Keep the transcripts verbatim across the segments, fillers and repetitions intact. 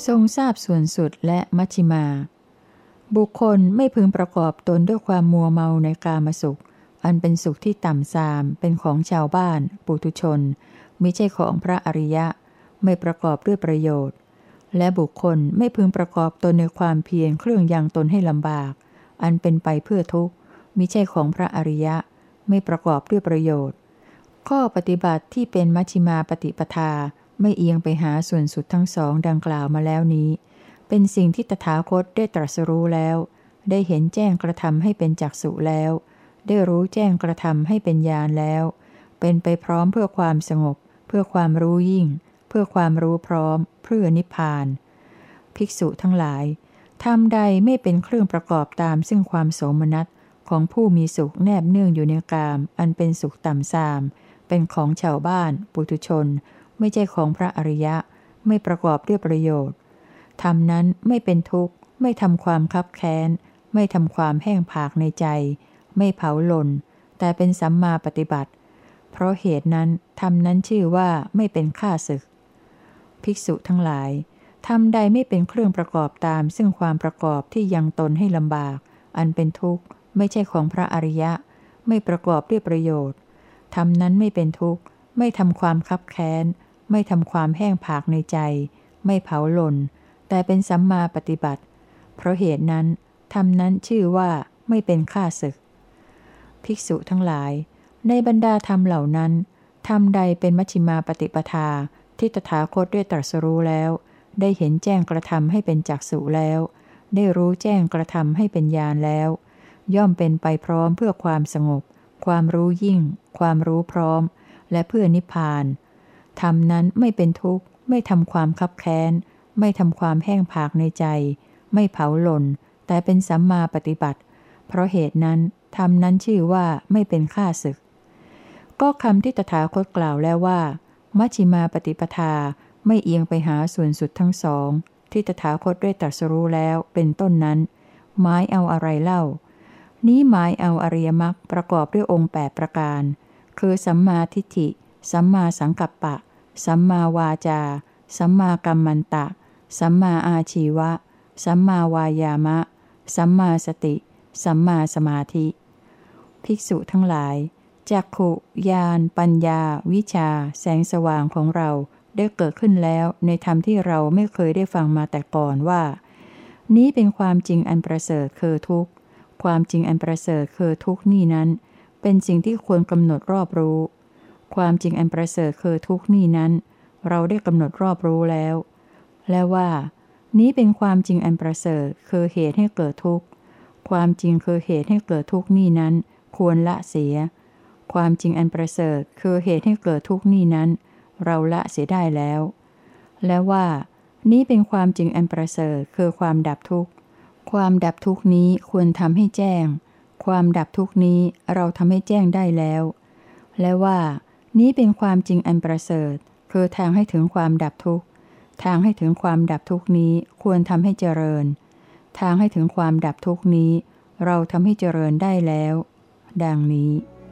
ทรงทราบส่วนสุดและมัชฌิมาบุคคลไม่พึงประกอบตนด้วยความมัวเมาในกามสุขอันเป็นสุขที่ต่ำทรามเป็นของชาวบ้านปุถุชนมิใช่ของพระอริยะไม่ประกอบด้วยประโยชน์และบุคคลไม่พึงประกอบตนในความเพียรเครื่องยังตนให้ลำบากอันเป็นไปเพื่อทุกข์มิใช่ของพระอริยะไม่ประกอบด้วยประโยชน์ข้อปฏิบัติที่เป็นมัชฌิมาปฏิปทาไม่เอียงไปหาส่วนสุดทั้งสองดังกล่าวมาแล้วนี้เป็นสิ่งที่ตถาคตได้ตรัสรู้แล้วได้เห็นแจ้งกระทำให้เป็นจักษุแล้วได้รู้แจ้งกระทำให้เป็นญาณแล้วเป็นไปพร้อมเพื่อความสงบเพื่อความรู้ยิ่งเพื่อความรู้พร้อมเพื่อนิพพานภิกษุทั้งหลายธรรมใดไม่เป็นเครื่องประกอบตามซึ่งความโสมนัสของผู้มีสุขแนบเนื่องอยู่ในกามอันเป็นสุขต่ำทรามเป็นของชาวบ้านปุถุชนไม่ใช่ของพระอริยะไม่ประกอบด้วยประโยชน์ธรรมนั้นไม่เป็นทุกข์ไม่ทำความคับแค้นไม่ทำความแห้งผากในใจไม่เผาหล่นแต่เป็นสัมมาปฏิบัติเพราะเหตุนั้นธรรมนั้นชื่อว่าไม่เป็นข้าศึกภิกษุทั้งหลายธรรมใดไม่เป็นเครื่องประกอบตามซึ่งความประกอบที่ยังตนให้ลำบากอันเป็นทุกข์ไม่ใช่ของพระอริยะไม่ประกอบด้วยประโยชน์ธรรมนั้นไม่เป็นทุกข์ไม่ทำความคับแค้นไม่ทำความแห้งผากในใจไม่เผาหล่นแต่เป็นสัมมาปฏิบัติเพราะเหตุนั้นธรรมนั้นชื่อว่าไม่เป็นข้าศึกภิกษุทั้งหลายในบรรดาธรรมเหล่านั้นธรรมใดเป็นมัชฌิมาปฏิปทาที่ตถาคตได้ตรัสรู้แล้วได้เห็นแจ้งกระทำให้เป็นจักษุแล้วได้รู้แจ้งกระทำให้เป็นญาณแล้วย่อมเป็นไปพร้อมเพื่อความสงบความรู้ยิ่งความรู้พร้อมและเพื่อนิพพานธรรมนั้นไม่เป็นทุกข์ไม่ทำความคับแค้นไม่ทำความแห้งผากในใจไม่เผาหล่นแต่เป็นสัมมาปฏิบัติเพราะเหตุนั้นธรรมนั้นชื่อว่าไม่เป็นข้าศึกก็คำที่ตถาคตกล่าวแล้วว่ามัชฌิมาปฏิปทาไม่เอียงไปหาส่วนสุดทั้งสองที่ตถาคตได้ตรัสรู้แล้วเป็นต้นนั้นหมายเอาอะไรเล่านี้หมายเอาอริยมรรคประกอบด้วยองค์แปดประการคือสัมมาทิฏฐิสัมมาสังกัปปะสัมมาวาจาสัมมากัมมันตะสัมมาอาชีวะสัมมาวายามะสัมมาสติสัมมาสมาธิภิกษุทั้งหลายจักขุญาณปัญญาวิชาแสงสว่างของเราได้เกิดขึ้นแล้วในธรรมที่เราไม่เคยได้ฟังมาแต่ก่อนว่านี้เป็นความจริงอันประเสริฐคือทุกข์ความจริงอันประเสริฐคือทุกข์นี่นั้นเป็นสิ่งที่ควรกำหนดรอบรู้ความจริงอันประเสริฐคือทุกข์นี่นั้นเราได้กำหนดรอบรู้แล้วและว่านี้เป็นความจริงอันประเสริฐคือเหตุให้เกิดทุกข์ความจริงคือเหตุให้เกิดทุกข์นี่นั้นควรละเสียความจริงอันประเสริฐคือเหตุให้เกิดทุกข์นี่นั้นเราละเสียได้แล้วและว่านี้เป็นความจริงอันประเสริฐคือความดับทุกข์ความดับทุกข์นี้ควรทำให้แจ้งความดับทุกข์นี้เราทำให้แจ้งได้แล้วและว่านี้เป็นความจริงอันประเสริฐคือทางให้ถึงความดับทุกข์ทางให้ถึงความดับทุกข์นี้ควรทำให้เจริญทางให้ถึงความดับทุกข์นี้เราทำให้เจริญได้แล้วดังนี้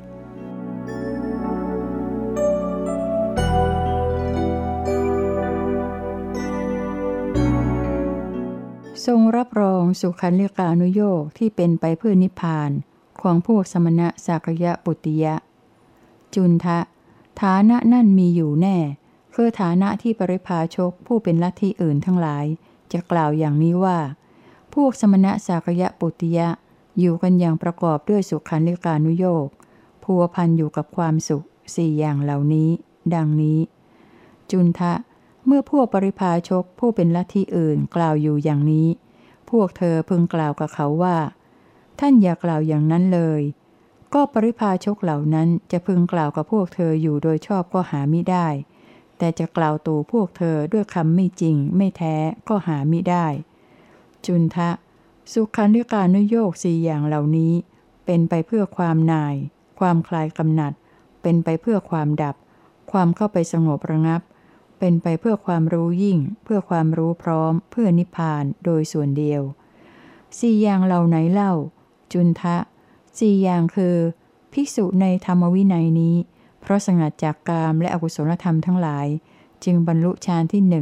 ทรงรับรองสุขันลิกานุโยคที่เป็นไปเพื่อนิพพานของพวกสมณะสากยะปุตติยะจุนทะฐานะนั่นมีอยู่แน่คือฐานะที่ปริภาชกผู้เป็นลัทธิอื่นทั้งหลายจะกล่าวอย่างนี้ว่าพวกสมณะสากยะปุตติยะอยู่กันอย่างประกอบด้วยสุขันลิกานุโยคพัวพันอยู่กับความสุขสี่อย่างเหล่านี้ดังนี้จุนทะเมื่อพวกปริภาชกผู้เป็นลัทธิอื่นกล่าวอยู่อย่างนี้พวกเธอพึงกล่าวกับเขาว่าท่านอย่ากล่าวอย่างนั้นเลยก็ปริภาชกเหล่านั้นจะพึงกล่าวกับพวกเธออยู่โดยชอบก็หามิได้แต่จะกล่าวตู่พวกเธอด้วยคำไม่จริงไม่แท้ก็หามิได้จุนทะสุขันลิกานุโยคสี่อย่างเหล่านี้เป็นไปเพื่อความน่ายความคลายกำหนัดเป็นไปเพื่อความดับความเข้าไปสงบระงับเป็นไปเพื่อความรู้ยิ่งเพื่อความรู้พร้อมเพื่อนิพพานโดยส่วนเดียวสี่อย่างเหล่าไหนเล่าจุนทะสี่อย่างคือภิกษุในธรรมวินัยนี้เพราะสงัดจากกามและอกุศลธรรมทั้งหลายจึงบรรลุฌานที่หนึ่ง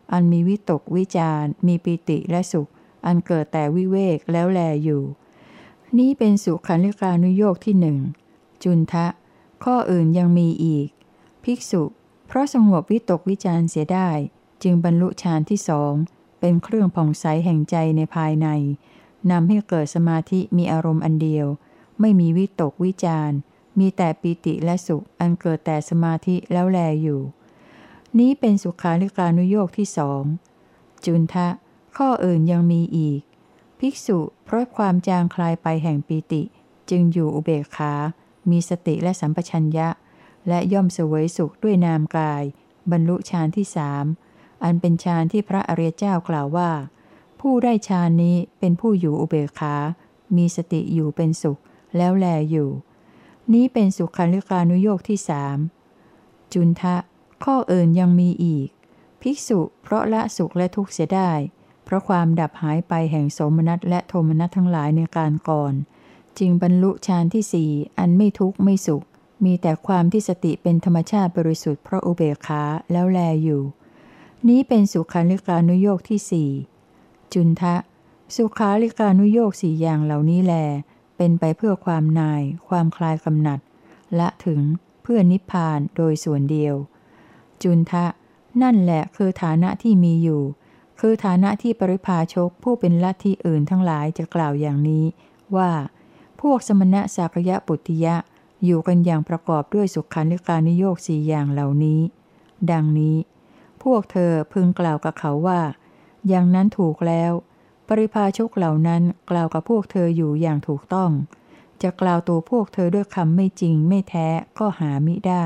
อันมีวิตกวิจารมีปิติและสุขอันเกิดแต่วิเวกแล้วแลอยู่นี้เป็นสุขันลิกานุโยคที่หนึ่งจุนทะข้ออื่นยังมีอีกภิกษุเพราะสงบวิตกวิจารเสียได้จึงบรรลุฌานที่สองเป็นเครื่องผ่องใสแห่งใจในภายในนำให้เกิดสมาธิมีอารมณ์อันเดียวไม่มีวิตกวิจารมีแต่ปิติและสุขอันเกิดแต่สมาธิแล้วแลอยู่นี้เป็นสุขาริกานุโยคที่สองจุนทะข้ออื่นยังมีอีกภิกษุเพราะความจางคลายไปแห่งปิติจึงอยู่อุเบกขามีสติและสัมปชัญญะและย่อมเสวยสุขด้วยนามกายบรรลุฌานที่สามอันเป็นฌานที่พระอริยเจ้ากล่าวว่าผู้ได้ฌานนี้เป็นผู้อยู่อุเบกขามีสติอยู่เป็นสุขแล้วแลอยู่นี้เป็นสุขันลิกานุโยคที่สามจุนทะข้ออื่นยังมีอีกภิกษุเพราะละสุขและทุกข์เสียได้เพราะความดับหายไปแห่งโสมนัสและโทมนัสทั้งหลายในการก่อนจึงบรรลุฌานที่สี่อันไม่ทุกข์ไม่สุขมีแต่ความที่สติเป็นธรรมชาติบริสุทธิ์เพราะอุเบกขาแล้วแลอยู่นี้เป็นสุขันลิกานุโยคที่สี่จุนทะสุขาลิกานุโยคสี่อย่างเหล่านี้แลเป็นไปเพื่อความนายความคลายกำหนัดละถึงเพื่อนิพพานโดยส่วนเดียวจุนทะนั่นแหละคือฐานะที่มีอยู่คือฐานะที่ปริภาชกผู้เป็นลัทธิอื่นทั้งหลายจะกล่าวอย่างนี้ว่าพวกสมณะสากยะปุตติยะอยู่กันอย่างประกอบด้วยสุขันลิกานุโยคสี่อย่างเหล่านี้ดังนี้พวกเธอพึงกล่าวกับเขาว่าอย่างนั้นถูกแล้วปริภาชกเหล่านั้นกล่าวกับพวกเธออยู่อย่างถูกต้องจะกล่าวตัวพวกเธอด้วยคำไม่จริงไม่แท้ก็หามิได้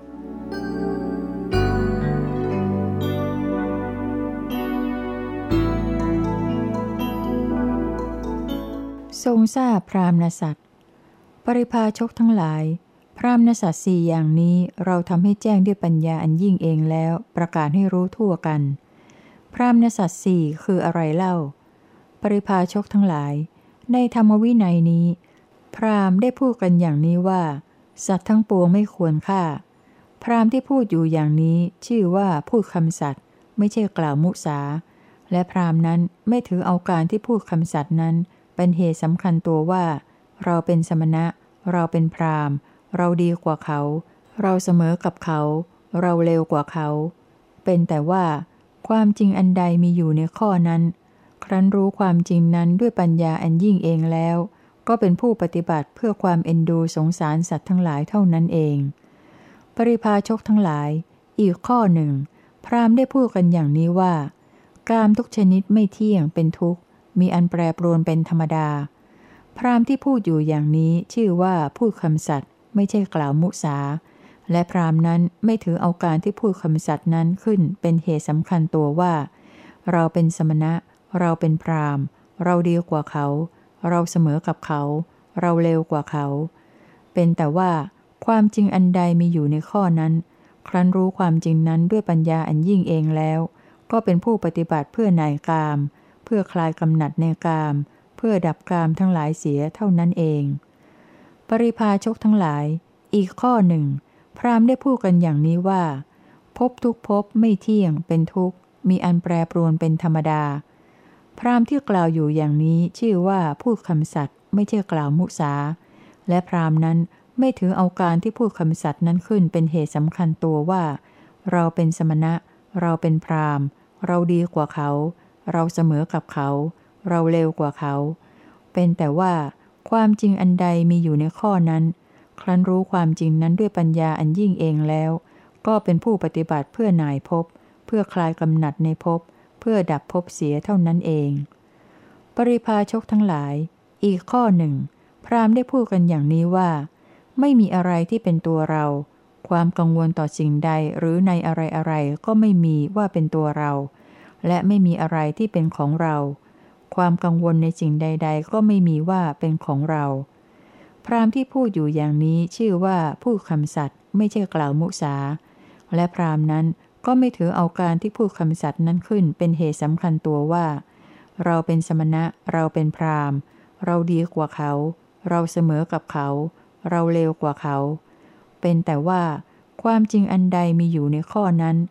ทรงทราบพราหมณสัตว์ปริภาชกทั้งหลายพราหมณสัตว์สี่อย่างนี้เราทำให้แจ้งด้วยปัญญาอันยิ่งเองแล้วประกาศให้รู้ทั่วกันพราหมณสัตว์สี่คืออะไรเล่าปริภาชกทั้งหลายในธรรมวินัยนี้พราหมณ์ได้พูดกันอย่างนี้ว่าสัตว์ทั้งปวงไม่ควรฆ่าพราหมณ์ที่พูดอยู่อย่างนี้ชื่อว่าพูดคำสัตย์ไม่ใช่กล่าวมุสาและพราหมณ์นั้นไม่ถือเอาการที่พูดคำสัตย์นั้นเป็นเหตุสำคัญตัวว่าเราเป็นสมณะเราเป็นพราหมณ์เราดีกว่าเขาเราเสมอกับเขาเราเลวกว่าเขาเป็นแต่ว่าความจริงอันใดมีอยู่ในข้อนั้นครั้นรู้ความจริงนั้นด้วยปัญญาอันยิ่งเองแล้วก็เป็นผู้ปฏิบัติเพื่อความเอ็นดูสงสารสัตว์ทั้งหลายเท่านั้นเองปริภาชกทั้งหลายอีกข้อหนึ่งพราหมณ์ได้พูดกันอย่างนี้ว่ากามทุกชนิดไม่เที่ยงเป็นทุกข์มีอันแปรปรวนเป็นธรรมดาพราหมณ์ที่พูดอยู่อย่างนี้ชื่อว่าพูดคำสัตย์ไม่ใช่กล่าวมุสาและพราหมณ์นั้นไม่ถือเอาการที่พูดคำสัตย์นั้นขึ้นเป็นเหตุสำคัญตัวว่าเราเป็นสมณะเราเป็นพราหมณ์เราดีกว่าเขาเราเสมอกับเขาเราเลวกว่าเขาเป็นแต่ว่าความจริงอันใดมีอยู่ในข้อนั้นครั้นรู้ความจริงนั้นด้วยปัญญาอันยิ่งเองแล้วก็เป็นผู้ปฏิบัติเพื่อนายกามเพื่อคลายกำหนัดในกามเพื่อดับกามทั้งหลายเสียเท่านั้นเองปริภาชกทั้งหลายอีกข้อหนึ่งพราหมณ์ได้พูดกันอย่างนี้ว่าภพทุกภพไม่เที่ยงเป็นทุกข์มีอันแปรปรวนเป็นธรรมดาพราหมณ์ที่กล่าวอยู่อย่างนี้ชื่อว่าพูดคำสัตย์ไม่ใช่กล่าวมุสาและพราหมณ์นั้นไม่ถือเอาการที่พูดคำสัตย์นั้นขึ้นเป็นเหตุสำคัญตัวว่าเราเป็นสมณะเราเป็นพราหมณ์เราดีกว่าเขาเราเสมอกับเขาเราเลวกว่าเขาเป็นแต่ว่าความจริงอันใดมีอยู่ในข้อนั้นครั้นรู้ความจริงนั้นด้วยปัญญาอันยิ่งเองแล้วก็เป็นผู้ปฏิบัติเพื่อหน่ายภพเพื่อคลายกำหนัดในภพเพื่อดับภพเสียเท่านั้นเองปริภาชกทั้งหลายอีกข้อหนึ่งพราหมณ์ได้พูดกันอย่างนี้ว่าไม่มีอะไรที่เป็นตัวเราความกังวลต่อสิ่งใดหรือในอะไรอะไรก็ไม่มีว่าเป็นตัวเราและไม่มีอะไรที่เป็นของเราความกังวลในสิ่งใดๆก็ไม่มีว่าเป็นของเราพราหมณ์ที่พูดอยู่อย่างนี้ชื่อว่าพูดคำสัตย์ไม่ใช่กล่าวมุสาและพราหมณ์นั้นก็ไม่ถือเอาการที่พูดคำสัตย์นั้นขึ้นเป็นเหตุสำคัญตัวว่าเราเป็นสมณะเราเป็นพราหมณ์เราดีกว่าเขาเราเสมอกับเขาเราเลวกว่าเขาเป็นแต่ว่าความจริงอันใดมีอยู่ในข้อนั้นค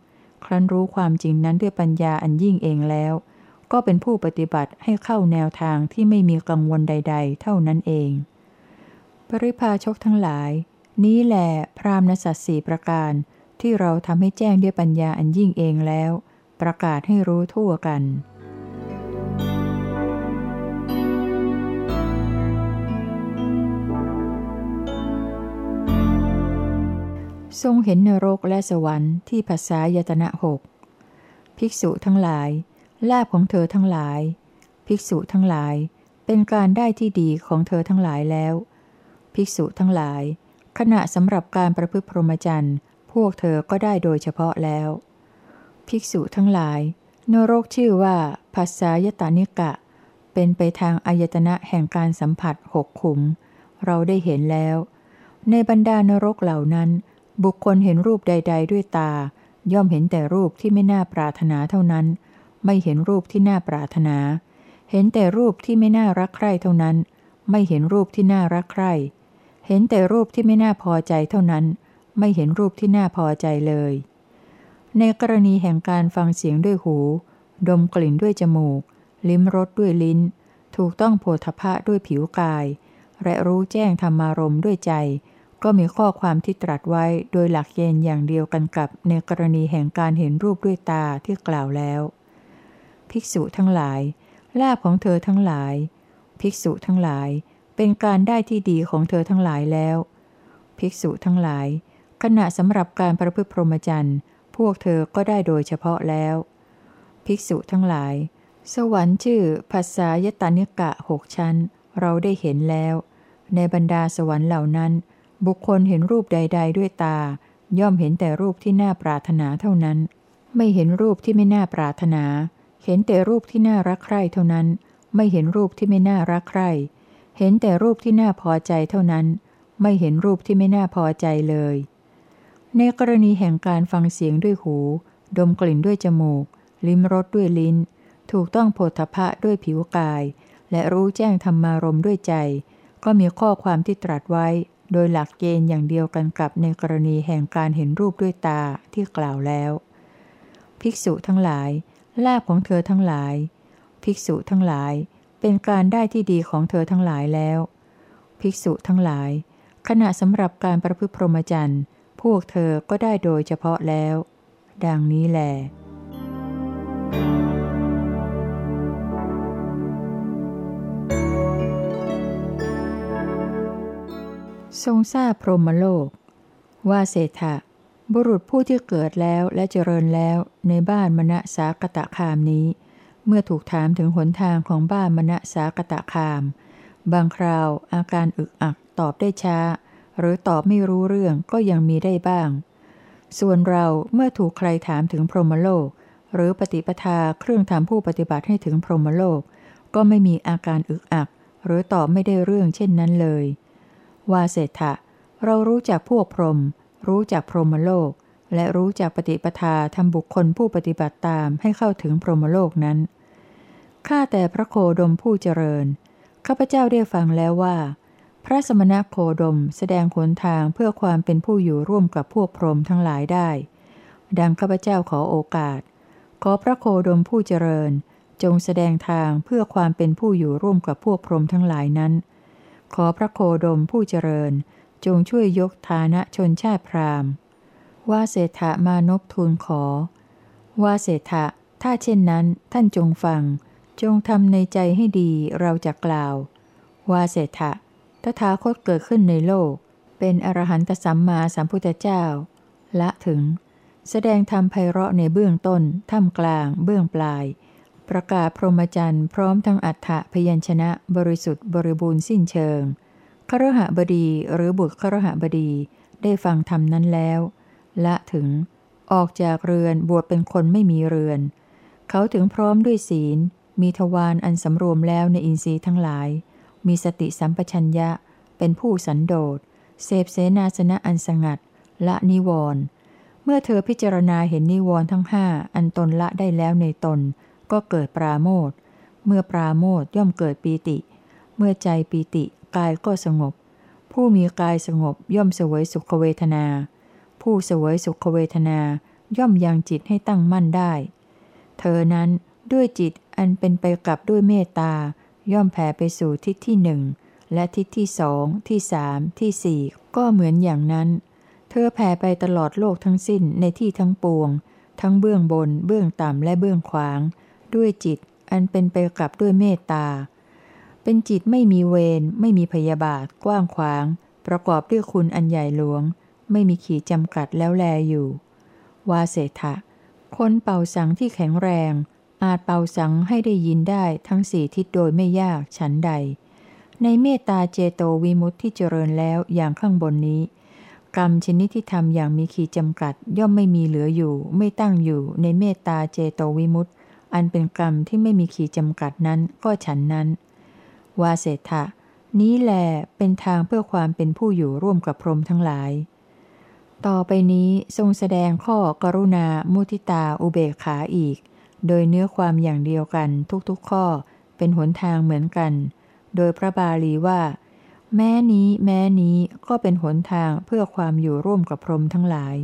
ครั้นรู้ความจริงนั้นด้วยปัญญาอันยิ่งเองแล้วก็เป็นผู้ปฏิบัติให้เข้าแนวทางที่ไม่มีกังวลใดๆเท่านั้นเองปริพาชกทั้งหลายนี้แหละพรามณสัตว์สี่ประการที่เราทำให้แจ้งด้วยปัญญาอันยิ่งเองแล้วประกาศให้รู้ทั่วกันทรงเห็นนรกและสวรรค์ที่ภาษายตนะหกภิกษุทั้งหลายลาภของเธอทั้งหลายภิกษุทั้งหลายเป็นการได้ที่ดีของเธอทั้งหลายแล้วภิกษุทั้งหลายขณะสำหรับการประพฤติพรหมจรรย์พวกเธอก็ได้โดยเฉพาะแล้วภิกษุทั้งหลายนรกชื่อว่าภาษายตานิกะเป็นไปทางอายตนะแห่งการสัมผัสหกขุมเราได้เห็นแล้วในบรรดานรกเหล่านั้นบุคคลเห็นรูปใดๆด้วยตาย่อมเห็นแต่รูปที่ไม่น่าปรารถนาเท่านั้นไม่เห็นรูปที่น่าปรารถนาเห็นแต่รูปที่ไม่น่ารักใคร่เท่านั้นไม่เห็นรูปที่น่ารักใคร่เห็นแต่รูปที่ไม่น่าพอใจเท่านั้นไม่เห็นรูปที่น่าพอใจเลยในกรณีแห่งการฟังเสียงด้วยหูดมกลิ่นด้วยจมูกลิ้มรสด้วยลิ้นถูกต้องโผฏฐัพพะด้วยผิวกายและรู้แจ้งธรรมารมณ์ด้วยใจก็มีข้อความที่ตรัสไว้โดยหลักเกณฑ์อย่างเดียวกันกับในกรณีแห่งการเห็นรูปด้วยตาที่กล่าวแล้วภิกษุทั้งหลายลาภของเธอทั้งหลายภิกษุทั้งหลายเป็นการได้ที่ดีของเธอทั้งหลายแล้วภิกษุทั้งหลายขณะสำหรับการประพฤติพรหมจรรย์พวกเธอก็ได้โดยเฉพาะแล้วภิกษุทั้งหลายสวรรค์ชื่อภาษายตานิกะหกชั้นเราได้เห็นแล้วในบรรดาสวรรค์เหล่านั้นบุคคลเห็นรูปใดๆด้วยตาย่อมเห็นแต่รูปที่น่าปรารถนาเท่านั้นไม่เห็นรูปที่ไม่น่าปรารถนาเห็นแต่รูปที่น่ารักใคร่เท่านั้นไม่เห็นรูปที่ไม่น่ารักใคร่เห็นแต่รูปที่น่าพอใจเท่านั้นไม่เห็นรูปที่ไม่น่าพอใจเลยในกรณีแห่งการฟังเสียงด้วยหูดมกลิ่นด้วยจมูกลิ้มรสด้วยลิ้นถูกต้องโผฏฐัพพะด้วยผิวกายและรู้แจ้งธรรมารมณ์ด้วยใจก็มีข้อความที่ตรัสไว้โดยหลักเกณฑ์อย่างเดียวกันกับในกรณีแห่งการเห็นรูปด้วยตาที่กล่าวแล้วภิกษุทั้งหลายลาภของเธอทั้งหลายภิกษุทั้งหลายเป็นการได้ที่ดีของเธอทั้งหลายแล้วภิกษุทั้งหลายขณะสำหรับการประพฤติพรหมจรรย์พวกเธอก็ได้โดยเฉพาะแล้วดังนี้แลทรงทราบพรหมโลกว่าเศรษฐะบุรุษผู้ที่เกิดแล้วและเจริญแล้วในบ้านมณสากตคามนี้เมื่อถูกถามถึงหนทางของบ้านมณสากตคามบางคราวอาการอึกอักตอบได้ช้าหรือตอบไม่รู้เรื่องก็ยังมีได้บ้างส่วนเราเมื่อถูกใครถามถึงพรหมโลกหรือปฏิปทาเครื่องทำผู้ปฏิบัติให้ถึงพรหมโลกก็ไม่มีอาการอึกอักหรือตอบไม่ได้เรื่องเช่นนั้นเลยว่าเศรษฐะเรารู้จักพวกพรหมรู้จักพรหมโลกและรู้จักปฏิปทาทำบุคคลผู้ปฏิบัติตามให้เข้าถึงพรหมโลกนั้นข้าแต่พระโคดมผู้เจริญข้าพเจ้าได้ฟังแล้วว่าพระสมณโคดมแสดงหนทางเพื่อความเป็นผู้อยู่ร่วมกับพวกพรหมทั้งหลายได้ดังข้าพเจ้าขอโอกาสขอพระโคดมผู้เจริญจงแสดงทางเพื่อความเป็นผู้อยู่ร่วมกับพวกพรหมทั้งหลายนั้นขอพระโคดมผู้เจริญจงช่วยยกฐานะชนชาติพราหมณ์ว่าเศรษฐมานพทูลขอว่าเศรษฐะถ้าเช่นนั้นท่านจงฟังจงทำในใจให้ดีเราจะกล่าวว่าเศรษฐะตถาคตเกิดขึ้นในโลกเป็นอรหันตสัมมาสัมพุทธเจ้าละถึงแสดงธรรมไพเราะในเบื้องต้นท่ามกลางเบื้องปลายประกาศพรหมจรรย์พร้อมทั้งอัฏฐพยัญชนะบริสุทธิ์บริบูรณ์สิ้นเชิงคฤหบดีหรือบุตรคฤหบดีได้ฟังธรรมนั้นแล้วละถึงออกจากเรือนบวชเป็นคนไม่มีเรือนเขาถึงพร้อมด้วยศีลมีทวารอันสำรวมแล้วในอินทรีย์ทั้งหลายมีสติสัมปชัญญะเป็นผู้สันโดษเสพเสนาสนะอันสงัดละนิวรณ์เมื่อเธอพิจารณาเห็นนิวรณ์ทั้งห้าอันตนละได้แล้วในตนก็เกิดปราโมทย์เมื่อปราโมทย์ย่อมเกิดปีติเมื่อใจปีติกายก็สงบผู้มีกายสงบย่อมเสวยสุขเวทนาผู้เสวยสุขเวทนาย่อมยังจิตให้ตั้งมั่นได้ เธอนั้นด้วยจิตอันเป็นไปกับด้วยเมตตาย่อมแผ่ไปสู่ทิศที่หนึ่งและทิศที่สองที่สามที่สี่ก็เหมือนอย่างนั้นเธอแผ่ไปตลอดโลกทั้งสิ้นในที่ทั้งปวงทั้งเบื้องบนเบื้องต่ำและเบื้องขวางด้วยจิตอันเป็นไปกับด้วยเมตตาเป็นจิตไม่มีเวรไม่มีพยาบาทกว้างขวางประกอบด้วยคุณอันใหญ่หลวงไม่มีขีดจำกัดแล้วแลอยู่วาเสถะคนเป่าสังที่แข็งแรงอาจเป่าสังให้ได้ยินได้ทั้งสี่ทิศโดยไม่ยากฉันใดในเมตตาเจโตวิมุตติที่เจริญแล้วอย่างข้างบนนี้กรรมชนิดที่ทำอย่างมีขีดจำกัดย่อมไม่มีเหลืออยู่ไม่ตั้งอยู่ในเมตตาเจโตวิมุตติอันเป็นกรรมที่ไม่มีขีดจำกัดนั้นก็ฉันนั้นวาเสถะนี้แลเป็นทางเพื่อความเป็นผู้อยู่ร่วมกับพรหมทั้งหลายต่อไปนี้ทรงแสดงข้อกรุณามุทิตาอุเบกขาอีกโดยเนื้อความอย่างเดียวกันทุกๆข้อเป็นหนทางเหมือนกันโดยพระบาลีว่าแม้นี้แม้นี้ก็เป็นหนทางเพื่อความอยู่ร่วมกับพรหมทั้งหลาย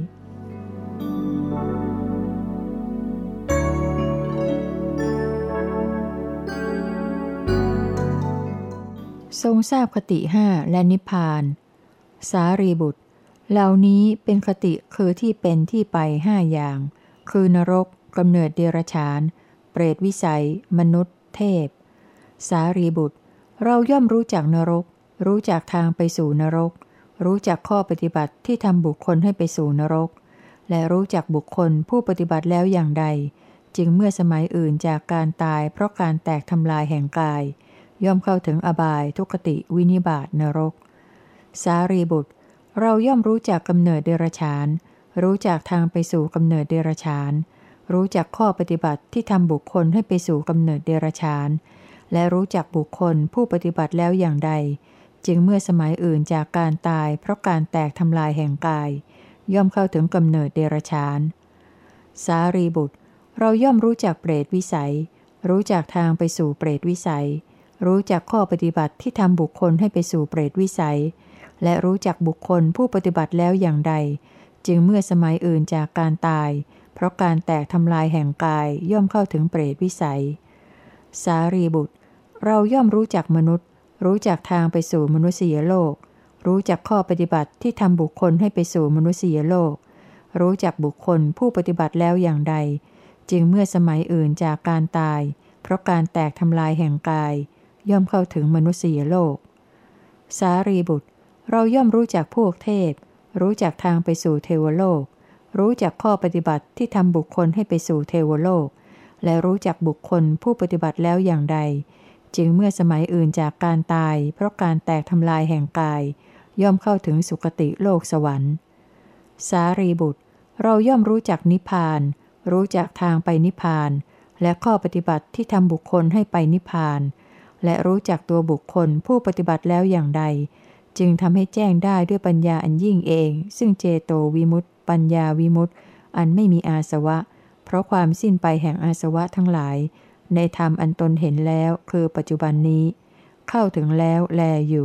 ทรงทราบคติห้าและนิพพานสารีบุตรเหล่านี้เป็นคติคือที่เป็นที่ไปห้าอย่างคือนรกกำเนิดเดรัจฉานเปรตวิสัยมนุษย์เทพสารีบุตรเราย่อมรู้จักนรกรู้จักทางไปสู่นรกรู้จักข้อปฏิบัติที่ทำบุคคลให้ไปสู่นรกและรู้จักบุคคลผู้ปฏิบัติแล้วอย่างใดจึงเมื่อสมัยอื่นจากการตายเพราะการแตกทำลายแห่งกายย่อมเข้าถึงอบายทุกขติวินิบาตนรกสารีบุตรเราย่อมรู้จักกำเนิดเดรัจฉานรู้จักทางไปสู่กำเนิดเดรัจฉานรู้จักข้อปฏิบัติที่ทำบุคคลให้ไปสู่กำเนิดเดรัจฉานและรู้จักบุคคลผู้ปฏิบัติแล้วอย่างใดจึงเมื่อสมัยอื่นจากการตายเพราะการแตกทำลายแห่งกายย่อมเข้าถึงกำเนิดเดรัจฉานสารีบุตรเราย่อมรู้จักเปรตวิสัยรู้จักทางไปสู่เปรตวิสัยรู้จักข้อปฏิบัติที่ทำบุคคลให้ไปสู่เปรตวิสัยและรู้จักบุคคลผู้ปฏิบัติแล้วอย่างใดจึงเมื่อสมัยอื่นจากการตายเพราะการแตกทำลายแห่งกายย่อมเข้าถึงเปรตวิสัยสารีบุตรเราย่อมรู้จักมนุษย์รู้จักทางไปสู่มนุษยโลกรู้จักข้อปฏิบัติที่ทำบุคคลให้ไปสู่มนุษยโลกรู้จักบุคคลผู้ปฏิบัติแล้วอย่างใดจึงเมื่อสมัยอื่นจากการตายเพราะการแตกทำลายแห่งกายย่อมเข้าถึงมนุษยโลกสารีบุตรเราย่อมรู้จักพวกเทพรู้จักทางไปสู่เทวโลกรู้จักข้อปฏิบัติที่ทำบุคคลให้ไปสู่เทวโลกและรู้จักบุคคลผู้ปฏิบัติแล้วอย่างใดจึงเมื่อสมัยอื่นจากการตายเพราะการแตกทำลายแห่งกายย่อมเข้าถึงสุคติโลกสวรรค์สารีบุตรเราย่อมรู้จักนิพพานรู้จักทางไปนิพพานและข้อปฏิบัติที่ทำบุคคลให้ไปนิพพานและรู้จักตัวบุคคลผู้ปฏิบัติแล้วอย่างใดจึงทำให้แจ้งได้ด้วยปัญญาอันยิ่งเองซึ่งเจโตวิมุตติปัญญาวิมุตติอันไม่มีอาสวะเพราะความสิ้นไปแห่งอาสวะทั้งหลายในธรรมอันตนเห็นแล้วคือปัจจุบันนี้เข้าถึงแล้วแลอยู่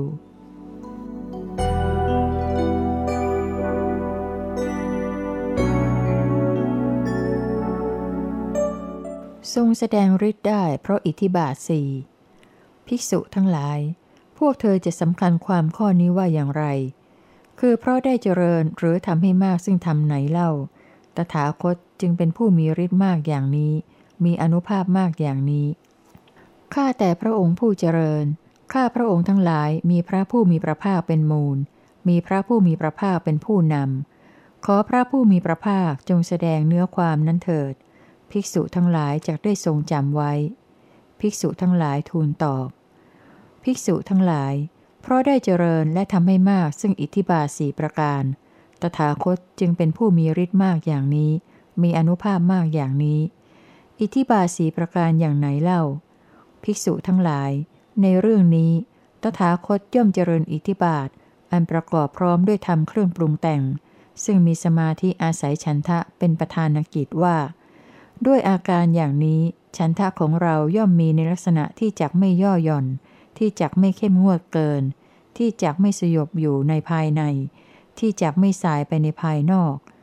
ทรงแสดงฤทธิ์ได้เพราะอิทธิบาทสี่ภิกษุทั้งหลายพวกเธอจะสำคัญความข้อนี้ว่าอย่างไรคือเพราะได้เจริญหรือทำให้มากซึ่งทำไหนเล่าตถาคตจึงเป็นผู้มีฤทธิ์มากอย่างนี้มีอานุภาพมากอย่างนี้ข้าแต่พระองค์ผู้เจริญข้าพระองค์ทั้งหลายมีพระผู้มีพระภาคเป็นมูลมีพระผู้มีพระภาคเป็นผู้นำขอพระผู้มีพระภาคจงแสดงเนื้อความนั้นเถิดภิกษุทั้งหลายจักได้ทรงจำไว้ภิกษุทั้งหลายทูลตอบภิกษุทั้งหลายเพราะได้เจริญและทำให้มากซึ่งอิทธิบาทสี่ประการตถาคตจึงเป็นผู้มีฤทธิ์มากอย่างนี้มีอานุภาพมากอย่างนี้อิทธิบาทสี่ประการอย่างไหนเล่าภิกษุทั้งหลายในเรื่องนี้ตถาคตย่อมเจริญอิทธิบาทอันประกอบพร้อมด้วยธรรมเครื่องปรุงแต่งซึ่งมีสมาธิอาศัยฉันทะเป็นประธานกิจว่าด้วยอาการอย่างนี้ฉันทะของเราย่อมมีในลักษณะที่จักไม่ย่อหย่อนที่จักไม่เข้มงวดเกินที่จักไม่สยบอยู่ในภายในที่จักไม่สายไปในภายนอก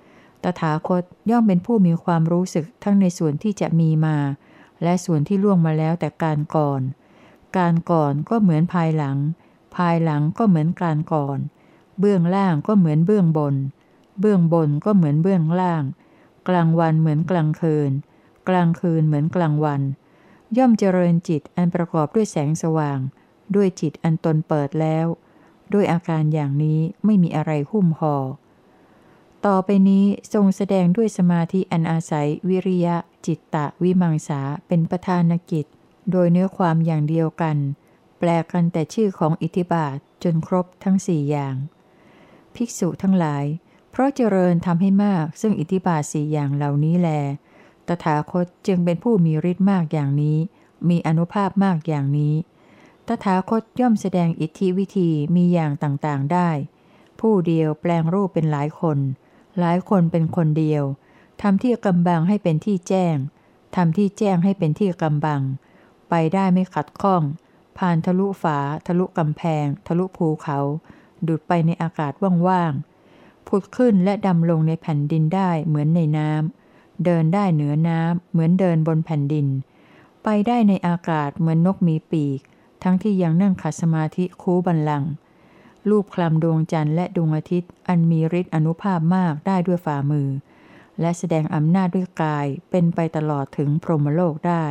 ตถาคตย่อมเป็นผู้มีความรู้สึกทั้งในส่วนที่จะมีมาและส่วนที่ล่วงมาแล้วแต่การก่อนการก่อนก็เหมือนภายหลังภายหลังก็เหมือนการก่อนเบื้องล่างก็เหมือนเบื้องบนเบื้องบนก็เหมือนเบื้องล่างกลางวันเหมือนกลางคืนกลางคืนเหมือนกลางวันย่อมเจริญจิตอันประกอบด้วยแสงสว่างด้วยจิตอันตนเปิดแล้วด้วยอาการอย่างนี้ไม่มีอะไรหุ้มห่อต่อไปนี้ทรงแสดงด้วยสมาธิอันอาศัยวิริยะจิตตะวิมังสาเป็นประธานกิจโดยเนื้อความอย่างเดียวกันแปลกันแต่ชื่อของอิทธิบาทจนครบทั้งสี่อย่างภิกษุทั้งหลายเพราะเจริญทำให้มากซึ่งอิทธิบาทสี่อย่างเหล่านี้แลตถาคตจึงเป็นผู้มีฤทธิ์มากอย่างนี้มีอานุภาพมากอย่างนี้ตถาคตย่อมแสดงอิทธิวิธีมีอย่างต่างๆได้ผู้เดียวแปลงรูปเป็นหลายคนหลายคนเป็นคนเดียวทำที่กำบังให้เป็นที่แจ้งทำที่แจ้งให้เป็นที่กำบังไปได้ไม่ขัดข้องผ่านทะลุฝาทะลุกำแพงทะลุภูเขาดุดไปในอากาศว่างๆผุดขึ้นและดำลงในแผ่นดินได้เหมือนในน้ำเดินได้เหนือน้ำเหมือนเดินบนแผ่นดินไปได้ในอากาศเหมือนนกมีปีกทั้งที่ยังนั่งขัดสมาธิคูบัลลังก์ลูบคลำดวงจันทร์และดวงอาทิตย์อันมีฤทธิ์อนุภาพมากได้ด้วยฝ่ามือและแสดงอำนาจด้วยกายเป็นไปตลอดถึงพรหมโลกได้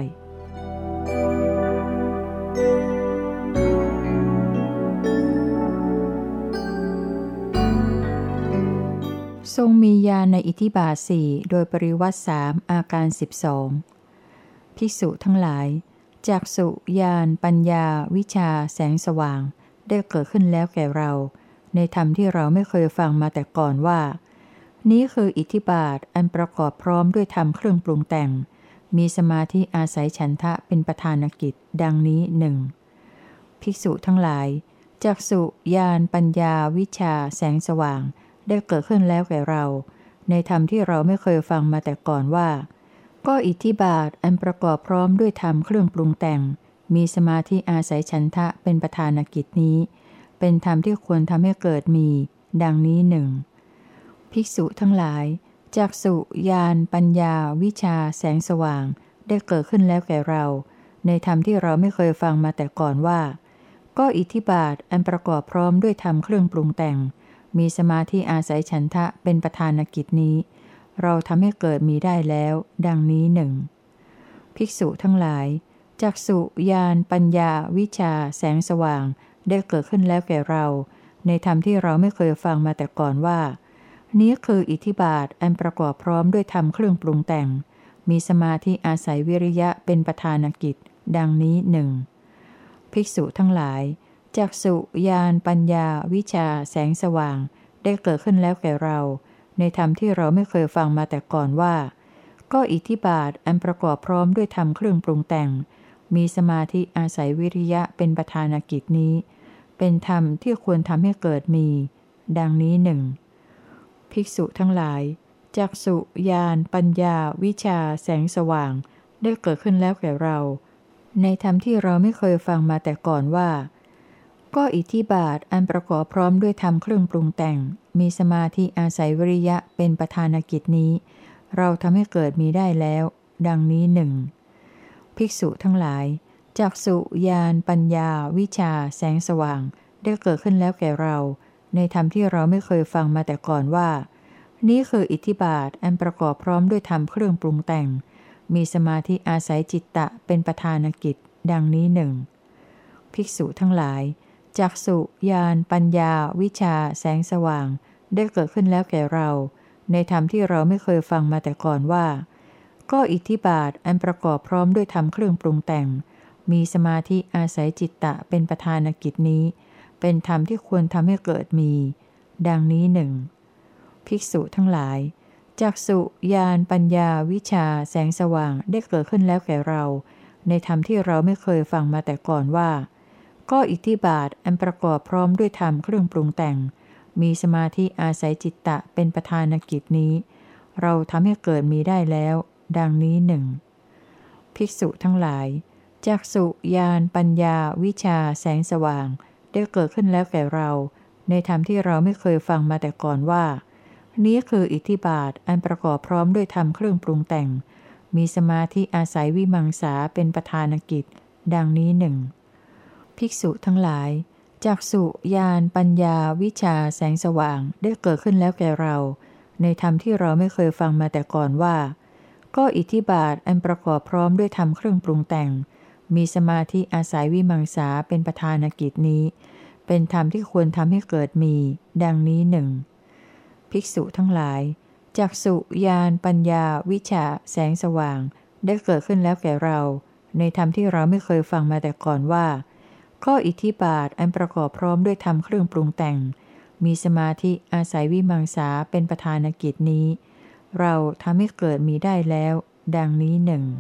ทรงมีญาณในอิทธิบาทสี่โดยปริวัติสามอาการสิบสองภิกษุทั้งหลายจักษุญาณปัญญาวิชาแสงสว่างได้เกิดขึ้นแล้วแก่เราในธรรมที่เราไม่เคยฟังมาแต่ก่อนว่านี้คืออิทธิบาทอันประกอบพร้อมด้วยธรรมเครื่องปรุงแต่งมีสมาธิอาศัยฉันทะเป็นประธานกิจดังนี้หนึ่งภิกษุทั้งหลายจักษุญาณปัญญาวิชาแสงสว่างได้เกิดขึ้นแล้วแก่เราในธรรมที่เราไม่เคยฟังมาแต่ก่อนว่าก็อิทธิบาทอันประกอบพร้อมด้วยธรรมเครื่องปรุงแต่งมีสมาธิอาศัยฉันทะเป็นประธานกิจนี้เป็นธรรมที่ควรทำให้เกิดมีดังนี้หนึ่งภิกษุทั้งหลายจักษุญาณปัญญาวิชาแสงสว่างได้เกิดขึ้นแล้วแก่เราในธรรมที่เราไม่เคยฟังมาแต่ก่อนว่าก็อิทธิบาทอันประกอบพร้อมด้วยธรรมเครื่องปรุงแต่งมีสมาธิอาศัยฉันทะเป็นประธานกิจนี้เราทำให้เกิดมีได้แล้วดังนี้หนึ่งภิกษุทั้งหลายจักษุญาณปัญญาวิชาแสงสว่างได้เกิดขึ้นแล้วแก่เราในธรรมที่เราไม่เคยฟังมาแต่ก่อนว่านี้คืออิทธิบาทอันประกอบพร้อมด้วยธรรมเครื่องปรุงแต่งมีสมาธิอาศัยวิริยะเป็นประธานกิจดังนี้หนึ่งภิกษุทั้งหลายจักษุญาณปัญญาวิชาแสงสว่างได้เกิดขึ้นแล้วแก่เราในธรรมที่เราไม่เคยฟังมาแต่ก่อนว่าก็อิทธิบาทอันประกอบพร้อมด้วยธรรมเครื่องปรุงแต่งมีสมาธิอาศัยวิริยะเป็นประธานกิจนี้เป็นธรรมที่ควรทำให้เกิดมีดังนี้หนึ่งภิกษุทั้งหลายจักษุญาณปัญญาวิชาแสงสว่างได้เกิดขึ้นแล้วแก่เราในธรรมที่เราไม่เคยฟังมาแต่ก่อนว่าก็อิทธิบาทอันประกอบพร้อมด้วยธรรมเครื่องปรุงแต่งมีสมาธิอาศัยวิริยะเป็นประธานกิจนี้เราทำให้เกิดมีได้แล้วดังนี้หนึ่งภิกษุทั้งหลายจักษุญาณปัญญาวิชาแสงสว่างได้เกิดขึ้นแล้วแก่เราในธรรมที่เราไม่เคยฟังมาแต่ก่อนว่านี้คืออิทธิบาทอันประกอบพร้อมด้วยธรรมเครื่องปรุงแต่งมีสมาธิอาศัยจิตตะเป็นประธานกิจดังนี้หนึ่งภิกษุทั้งหลายจักษุญาณปัญญาวิชาแสงสว่างได้เกิดขึ้นแล้วแก่เราในธรรมที่เราไม่เคยฟังมาแต่ก่อนว่าก็อิทธิบาทอันประกอบพร้อมด้วยธรรมเครื่องปรุงแต่งมีสมาธิอาศัยจิตตะเป็นประธานกิจนี้เป็นธรรมที่ควรทำให้เกิดมีดังนี้หนึ่งภิกษุทั้งหลายจักษุญาณปัญญาวิชาแสงสว่างได้เกิดขึ้นแล้วแก่เราในธรรมที่เราไม่เคยฟังมาแต่ก่อนว่าก็อิทธิบาทอันประกอบพร้อมด้วยธรรมเครื่องปรุงแต่งมีสมาธิอาศัยจิตตะเป็นประธานกิจนี้เราทำให้เกิดมีได้แล้วดังนี้หนึ่งภิกษุทั้งหลายจักษุญาณปัญญาวิชาแสงสว่างได้เกิดขึ้นแล้วแก่เราในธรรมที่เราไม่เคยฟังมาแต่ก่อนว่านี้คืออิทธิบาทอันประกอบพร้อมด้วยธรรมเครื่องปรุงแต่งมีสมาธิอาศัยวิมังสาเป็นประธานกิจดังนี้หนึ่งภิกษุทั้งหลายจักษุญาณปัญญาวิชาแสงสว่างได้เกิดขึ้นแล้วแก่เราในธรรมที่เราไม่เคยฟังมาแต่ก่อนว่าก็อิทธิบาทอันประกอบพร้อมด้วยธรรมเครื่องปรุงแต่งมีสมาธิอาศัยวิมังสาเป็นประธานกิจนี้เป็นธรรมที่ควรทำให้เกิดมีดังนี้หนึ่งภิกษุทั้งหลายจักษุญาณปัญญาวิชาแสงสว่างได้เกิดขึ้นแล้วแก่เราในธรรมที่เราไม่เคยฟังมาแต่ก่อนว่าข้ออิทธิบาทอันประกอบพร้อมด้วยธรรมเครื่องปรุงแต่งมีสมาธิอาศัยวิมังสาเป็นประธานกิจนี้เราทำให้เกิดมีได้แล้วดังนี้หนึ่ง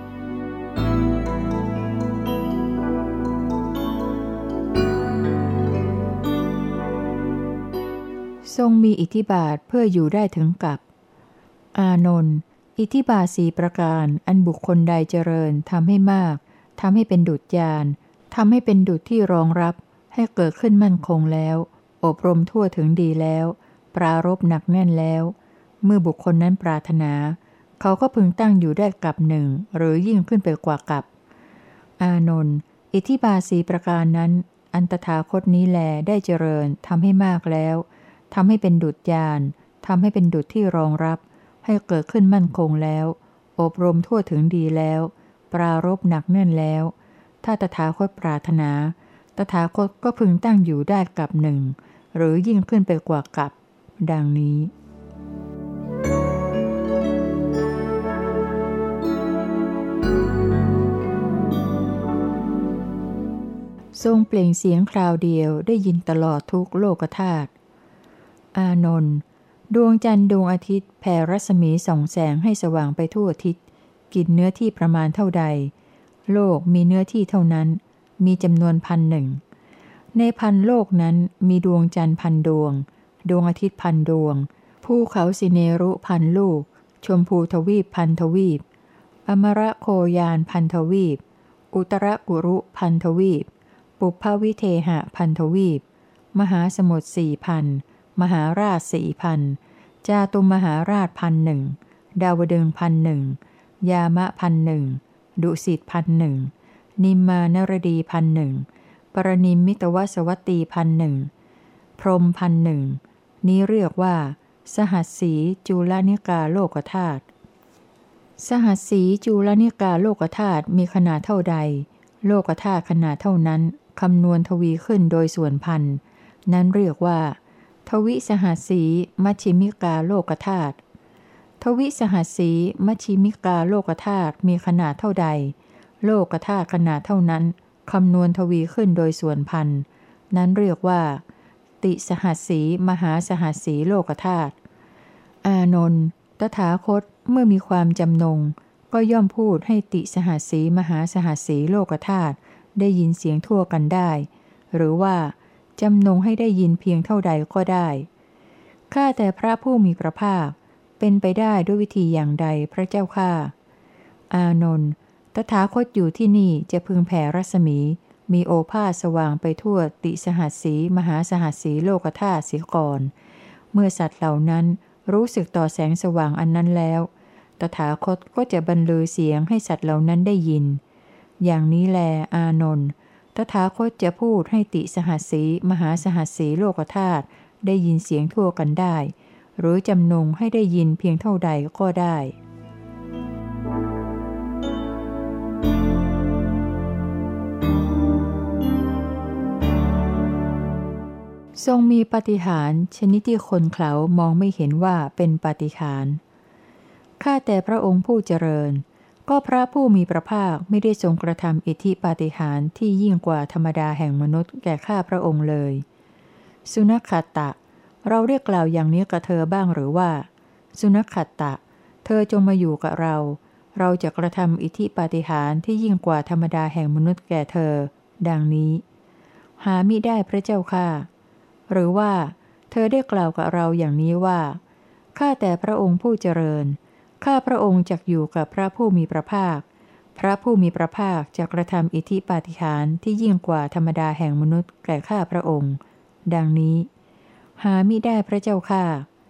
ทรงมีอิทธิบาทเพื่ออยู่ได้ถึงกับอานนท์อิทธิบาทสี่ประการอันบุคคลใดเจริญทำให้มากทำให้เป็นดุจยานทำให้เป็นดุจที่รองรับให้เกิดขึ้นมั่นคงแล้วอบรมทั่วถึงดีแล้วปรารภหนักแน่นแล้วเมื่อบุคคลนั้นปรารถนาเขาก็พึงตั้งอยู่ได้กับหนึ่งหรือยิ่งขึ้นไปกว่ากับอานนท์อิทธิบาทสี่ประการนั้นอันตถาคตนี้แลได้เจริญทำให้มากแล้วทำให้เป็นดุจยานทำให้เป็นดุจที่รองรับให้เกิดขึ้นมั่นคงแล้วอบรมทั่วถึงดีแล้วปรารภหนักแน่นแล้วถ้าตถาคตปรารถนาตถาคตก็พึงตั้งอยู่ได้กับหนึ่งหรือยิ่งขึ้นไปกว่ากับดังนี้ทรงเปล่งเสียงคราวเดียวได้ยินตลอดทุกโลกธาตุอานนท์ดวงจันทร์ดวงอาทิตย์แผ่รัศมีส่องแสงให้สว่างไปทั่วทิศกินเนื้อที่ประมาณเท่าใดโลกมีเนื้อที่เท่านั้นมีจำนวนพันหนึ่งในพันโลกนั้นมีดวงจันทร์พันดวงดวงอาทิตย์พันดวงภูเขาสิเนรุพันลูกชมพูทวีปพันทวีปอมระโคยานพันทวีปอุตรกุรุพันทวีปปุพพวิเทหะพันทวีปมหาสมุทรสี่พันมหาราชสี่พันจาตุมหาราชพันหนึ่งดาวดึงพันหนึ่งยามะพันหนึ่งดุสิตพันหนึ่งนิมมานรดีพันหนึ่งปรนิมมิตวสวัตตีพันหนึ่งพรหมพันหนึ่งนี้เรียกว่าสหัสสีจุลนิกาโลกธาตุสหัสสีจุลนิกาโลกธาตุมีขนาดเท่าใดโลกธาตุขนาดเท่านั้นคำนวณทวีขึ้นโดยส่วนพันนั้นเรียกว่าทวิสหัสสีมัชฌิมิกาโลกธาตุทวิสหัสสีมัชฌิมิกาโลกธาตุมีขนาดเท่าใดโลกธาตุขนาดเท่านั้นคำนวณทวีขึ้นโดยส่วนพันนั้นเรียกว่าติสหัสสีมหาสหัสสีโลกธาตุอานนท์ตถาคตเมื่อมีความจำนงก็ย่อมพูดให้ติสหัสสีมหาสหัสสีโลกธาตุได้ยินเสียงทั่วกันได้หรือว่าจำนงให้ได้ยินเพียงเท่าใดก็ได้ข้าแต่พระผู้มีพระภาคเป็นไปได้ด้วยวิธีอย่างใดพระเจ้าข้าอานนท์ตถาคตอยู่ที่นี่จะพึงแผ่รัศมีมีโอภาสสว่างไปทั่วติสหัสสีมหาสหัสสีโลกธาตุเสียก่อนเมื่อสัตว์เหล่านั้นรู้สึกต่อแสงสว่างอันนั้นแล้วตถาคตก็จะบรรลือเสียงให้สัตว์เหล่านั้นได้ยินอย่างนี้แลอานนท์ตถาคตจะพูดให้ติสหัสสีมหาสหัสสีโลกธาตุได้ยินเสียงทั่วกันได้หรือจำนงให้ได้ยินเพียงเท่าใดก็ได้ทรงมีปาฏิหาริย์ชนิดที่คนเขามองไม่เห็นว่าเป็นปาฏิหาริย์ข้าแต่พระองค์ผู้เจริญก็พระผู้มีพระภาคไม่ได้ทรงกระทำอิทธิปาฏิหาริย์ที่ยิ่งกว่าธรรมดาแห่งมนุษย์แก่ข้าพระองค์เลยสุนัขขัตตะเราเรียกกล่าวอย่างนี้กับเธอบ้างหรือว่าสุนัขขัตตะเธอจงมาอยู่กับเราเราจะกระทำอิทธิปาฏิหาริย์ที่ยิ่งกว่าธรรมดาแห่งมนุษย์แก่เธอดังนี้หามิได้พระเจ้าข้าหรือว่าเธอได้กล่าวกับเราอย่างนี้ว่าข้าแต่พระองค์ผู้เจริญข้าพระองค์จักอยู่กับพระผู้มีพระภาคพระผู้มีพระภาคจะกระทำอิทธิปาฏิหาริย์ที่ยิ่งกว่าธรรมดาแห่งมนุษย์แก่ข้าพระองค์ดังนี้หามิได้พระเจ้าข้า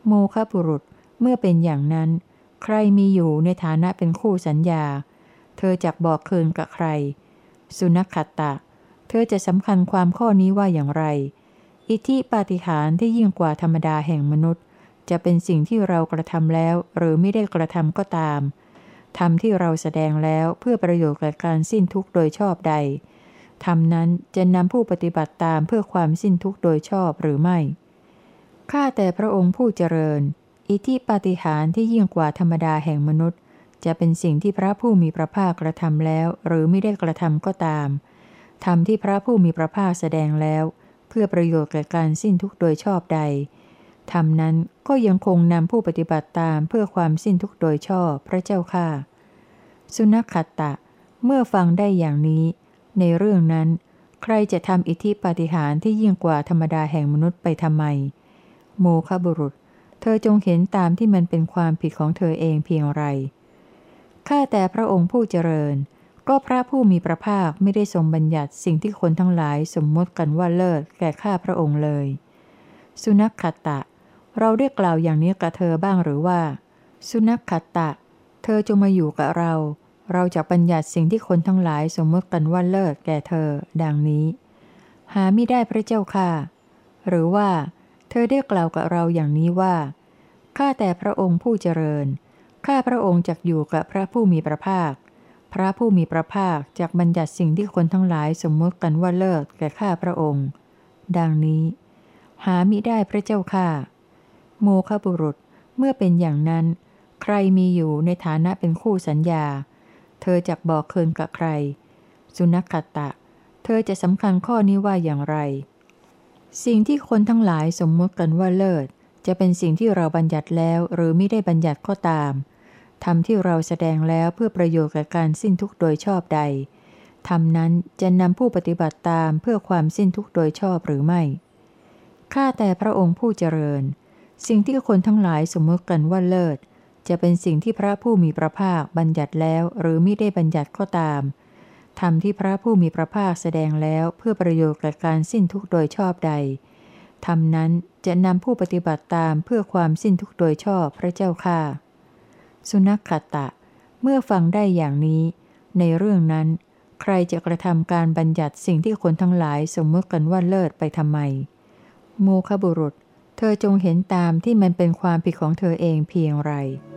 โมฆะบุรุษเมื่อเป็นอย่างนั้นใครมีอยู่ในฐานะเป็นคู่สัญญาเธอจักบอกคืนกับใครสุนัขขัตตะเธอจะสำคัญความข้อนี้ว่าอย่างไรอิทธิปาฏิหาริย์ที่ยิ่งกว่าธรรมดาแห่งมนุษย์จะเป็นสิ่งที่เรากระทำแล้วหรือไม่ได้กระทำก็ตามธรรมที่เราแสดงแล้วเพื่อประโยชน์แก่การสิ้นทุกข์โดยชอบใดธรรมนั้นจะนำผู้ปฏิบัติตามเพื่อความสิ้นทุกข์โดยชอบหรือไม่ข้าแต่พระองค์ผู้เจริญอิทธิปาฏิหาริย์ที่ยิ่งกว่าธรรมดาแห่งมนุษย์จะเป็นสิ่งที่พระผู้มีพระภาคกระทำแล้วหรือไม่ได้กระทำก็ตามธรรมที่พระผู้มีพระภาคแสดงแล้วเพื่อประโยชน์แก่การสิ้นทุกข์โดยชอบใดธรรมนั้นก็ยังคงนำผู้ปฏิบัติตามเพื่อความสิ้นทุกข์โดยชอบพระเจ้าข้าสุนัขขัตตะเมื่อฟังได้อย่างนี้ในเรื่องนั้นใครจะทำอิทธิปาฏิหาริย์ที่ยิ่งกว่าธรรมดาแห่งมนุษย์ไปทำไมโมฆะบุรุษเธอจงเห็นตามที่มันเป็นความผิดของเธอเองเพียงไรข้าแต่พระองค์ผู้เจริญก็พระผู้มีพระภาคไม่ได้ทรงบัญญัติสิ่งที่คนทั้งหลายสมมติกันว่าเลิศแก่ข้าพระองค์เลยสุนัขขัตตะเราได้กล่าวอย่างนี้กับเธอบ้างหรือว่าสุนัขขัตตะเธอจงมาอยู่กับเราเราจะบัญญัติสิ่งที่คนทั้งหลายสมมติกันว่าเลิศแก่เธอดังนี้หาไม่ได้พระเจ้าค่ะหรือว่าเธอได้กล่าวกับเราอย่างนี้ว่าข้าแต่พระองค์ผู้เจริญข้าพระองค์จักอยู่กับพระผู้มีพระภาคพระผู้มีพระภาคจักบัญญัติสิ่งที่คนทั้งหลายสมมติกันว่าเลิศแก่ข้าพระองค์ดังนี้หามิได้พระเจ้าค่ะโมฆะบุรุษเมื่อเป็นอย่างนั้นใครมีอยู่ในฐานะเป็นคู่สัญญาเธอจักบอกคืนกับใครสุนัขขัตตะเธอจะสำคัญข้อนี้ว่าอย่างไรสิ่งที่คนทั้งหลายสมมติกันว่าเลิศจะเป็นสิ่งที่เราบัญญัติแล้วหรือไม่ได้บัญญัติก็ตามธรรมที่เราแสดงแล้วเพื่อประโยชน์แก่การสิ้นทุกข์โดยชอบใดธรรมนั้นจะนำผู้ปฏิบัติตามเพื่อความสิ้นทุกข์โดยชอบหรือไม่ข้าแต่พระองค์ผู้เจริญสิ่งที่คนทั้งหลายสมมติกันว่าเลิศจะเป็นสิ่งที่พระผู้มีพระภาคบัญญัติแล้วหรือไม่ได้บัญญัติก็ตามธรรมที่พระผู้มีพระภาคแสดงแล้วเพื่อประโยชน์แก่การสิ้นทุกข์โดยชอบใดธรรมนั้นจะนำผู้ปฏิบัติตามเพื่อความสิ้นทุกข์โดยชอบพระเจ้าข้าสุนัขขัตตะเมื่อฟังได้อย่างนี้ในเรื่องนั้นใครจะกระทำการบัญญัติสิ่งที่คนทั้งหลายสมมติกันว่าเลิศไปทำไมโมฆะบุรุษเธอจงเห็นตามที่มันเป็นความผิดของเธอเองเพียงไร